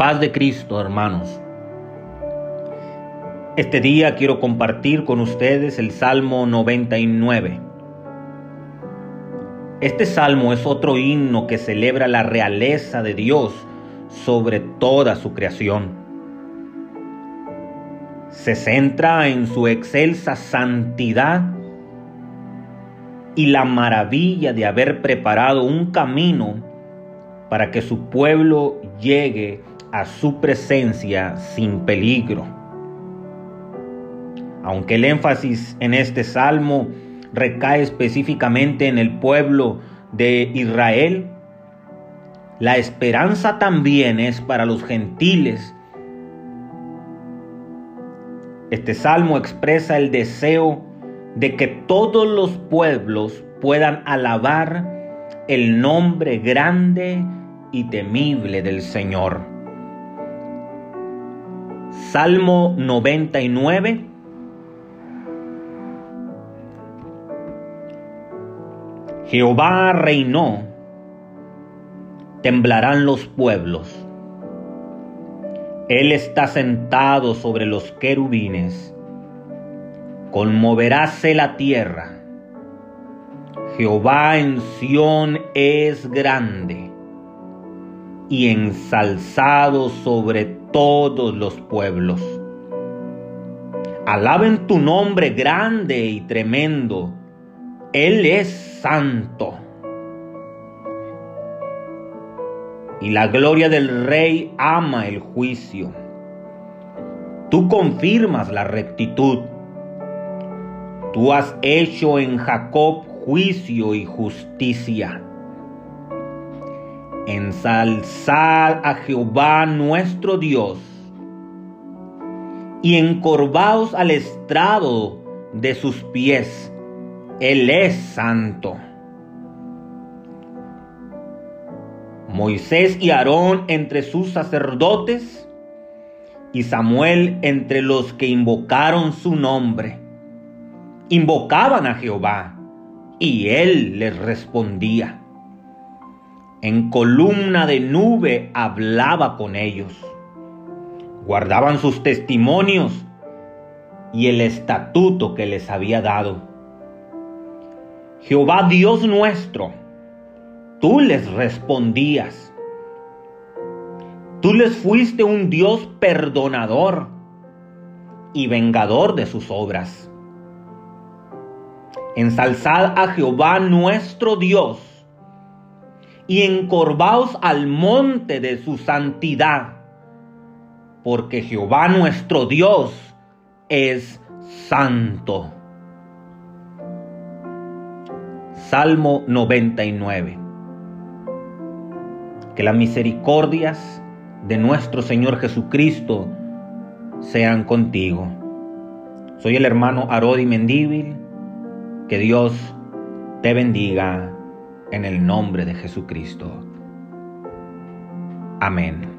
paz de Cristo, hermanos. Este día quiero compartir con ustedes el Salmo 99. Este salmo es otro himno que celebra la realeza de Dios sobre toda su creación. Se centra en su excelsa santidad y la maravilla de haber preparado un camino para que su pueblo llegue a su presencia sin peligro. Aunque el énfasis en este salmo recae específicamente en el pueblo de Israel, la esperanza también es para los gentiles. Este salmo expresa el deseo de que todos los pueblos puedan alabar el nombre grande y temible del Señor. Salmo 99. Jehová reinó, temblarán los pueblos. Él está sentado sobre los querubines, conmoveráse la tierra. Jehová en Sión es grande y ensalzado sobre todos los pueblos. Alaben tu nombre grande y tremendo. Él es santo. Y la gloria del Rey ama el juicio. Tú confirmas la rectitud. Tú has hecho en Jacob juicio y justicia. Ensalzad a Jehová nuestro Dios y encorvaos al estrado de sus pies. Él es santo. Moisés y Aarón entre sus sacerdotes y Samuel entre los que invocaron su nombre. Invocaban a Jehová y él les respondía. En columna de nube hablaba con ellos. Guardaban sus testimonios y el estatuto que les había dado. Jehová Dios nuestro, tú les respondías. Tú les fuiste un Dios perdonador y vengador de sus obras. Ensalzad a Jehová nuestro Dios y encorvaos al monte de su santidad, porque Jehová nuestro Dios es santo. Salmo 99. Que las misericordias de nuestro Señor Jesucristo sean contigo. Soy el hermano Arodi Mendívil. Que Dios te bendiga en el nombre de Jesucristo. Amén.